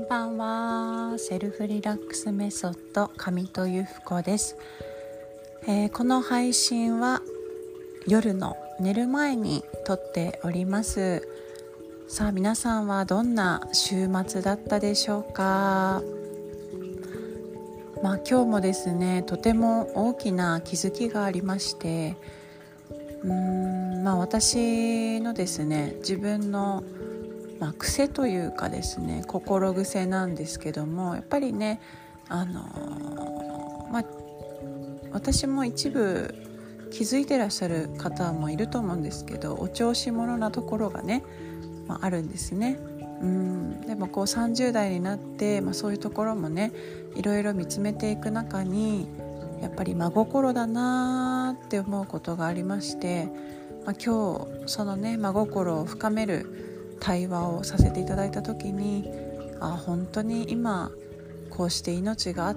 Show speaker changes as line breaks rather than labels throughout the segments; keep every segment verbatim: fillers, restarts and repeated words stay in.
ばんは。セルフリラックスメソッド上戸由布子です、えー、この配信は夜の寝る前に撮っております。さあ皆さんはどんな週末だったでしょうか。まあ今日もですね、とても大きな気づきがありまして、うーんまあ私のですね自分のまあ、癖というかですね心癖なんですけども、やっぱりねあのー、まあ私も一部気づいてらっしゃる方もいると思うんですけど、お調子者なところがね、まあ、あるんですね。うんでもこうさんじゅう代になって、まあ、そういうところもねいろいろ見つめていく中に、やっぱり真心だなって思うことがありまして、まあ、今日そのね真心を深める対話をさせていただいた時に、あ本当に今こうして命があって、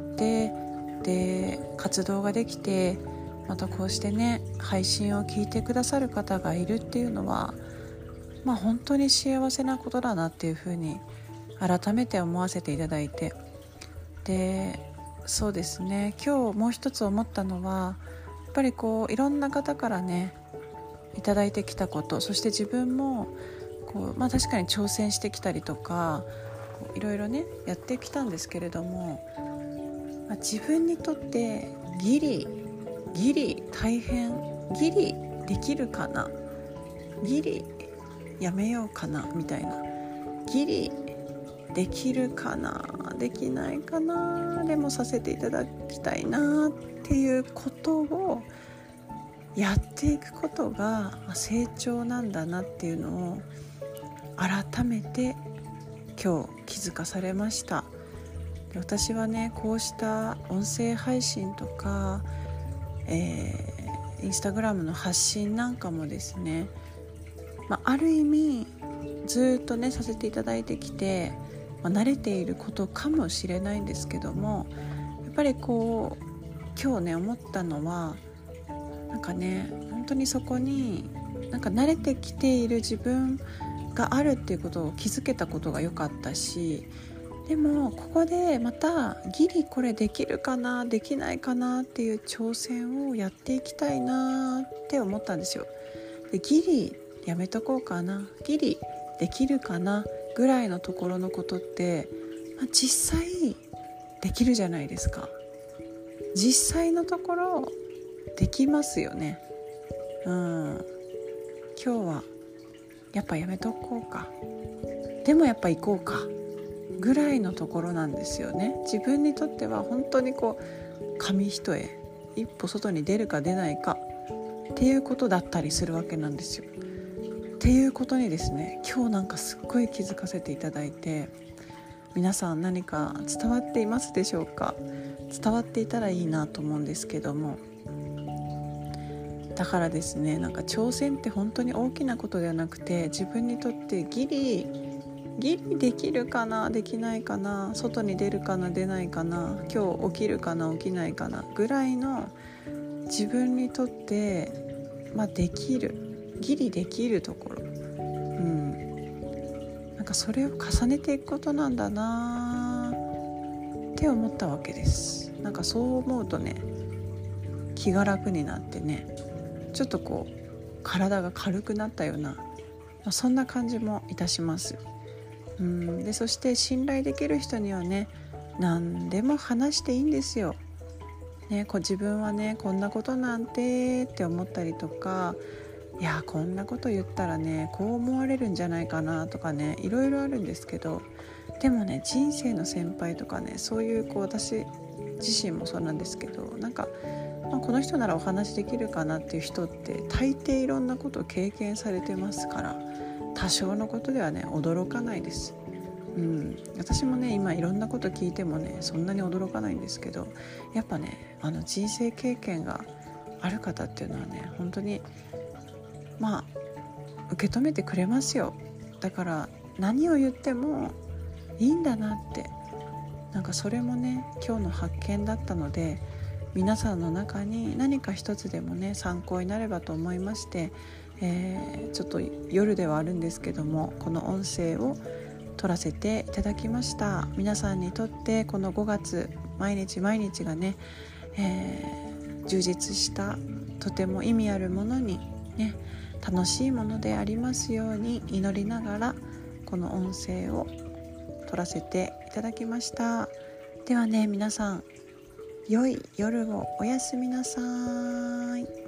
で活動ができて、またこうしてね配信を聞いてくださる方がいるっていうのは、まあ本当に幸せなことだなっていうふうに改めて思わせていただいて、でそうですね、今日もう一つ思ったのは、やっぱりこういろんな方からねいただいてきたこと、そして自分もこう、まあ、確かに挑戦してきたりとかいろいろねやってきたんですけれども、まあ、自分にとってギリギリ大変、ギリできるかな、ギリやめようかなみたいな、ギリできるかな、できないかな、でもさせていただきたいなっていうことをやっていくことが成長なんだなっていうのを改めて今日気づかされました。で私はねこうした音声配信とか、えー、インスタグラムの発信なんかもですね、まあ、ある意味ずっとねさせていただいてきて、まあ、慣れていることかもしれないんですけども、やっぱりこう今日ね思ったのは、なんかね本当にそこになんか慣れてきている自分があるっていうことを気づけたことが良かったし、でもここでまたギリこれできるかなできないかなっていう挑戦をやっていきたいなって思ったんですよ。でギリやめとこうかな、ギリできるかなぐらいのところのことって、まあ、実際できるじゃないですか。実際のところできますよね。うん今日はやっぱやめとこうか、でもやっぱ行こうかぐらいのところなんですよね。自分にとっては本当にこう紙一重、一歩外に出るか出ないかっていうことだったりするわけなんですよ。っていうことにですね今日なんかすっごい気づかせていただいて、皆さん何か伝わっていますでしょうか。伝わっていたらいいなと思うんですけども、だからですね、なんか挑戦って本当に大きなことではなくて、自分にとってギリギリできるかなできないかな、外に出るかな出ないかな、今日起きるかな起きないかなぐらいの自分にとって、まあ、できるギリできるところ、うんなんかそれを重ねていくことなんだなって思ったわけです。なんかそう思うとね気が楽になってね、ちょっとこう体が軽くなったような、まあ、そんな感じもいたします。うんでそして信頼できる人にはね何でも話していいんですよ、ね、こう自分はねこんなことなんてって思ったりとか、いやこんなこと言ったらねこう思われるんじゃないかなとかね、いろいろあるんですけど、でもね人生の先輩とかね、そういうこう私自身もそうなんですけど、なんかまあ、この人ならお話できるかなっていう人って大抵いろんなことを経験されてますから、多少のことではね驚かないです。うん、私もね今いろんなこと聞いてもねそんなに驚かないんですけど、やっぱねあの人生経験がある方っていうのはね本当にまあ受け止めてくれますよ。だから何を言ってもいいんだなって、なんかそれもね今日の発見だったので、皆さんの中に何か一つでもね参考になればと思いまして、えー、ちょっと夜ではあるんですけどもこの音声を撮らせていただきました。皆さんにとってこのごがつ毎日毎日がね、えー、充実したとても意味あるものにね、楽しいものでありますように祈りながらこの音声を撮らせていただきました。ではね、皆さん良い夜をおやすみなさい。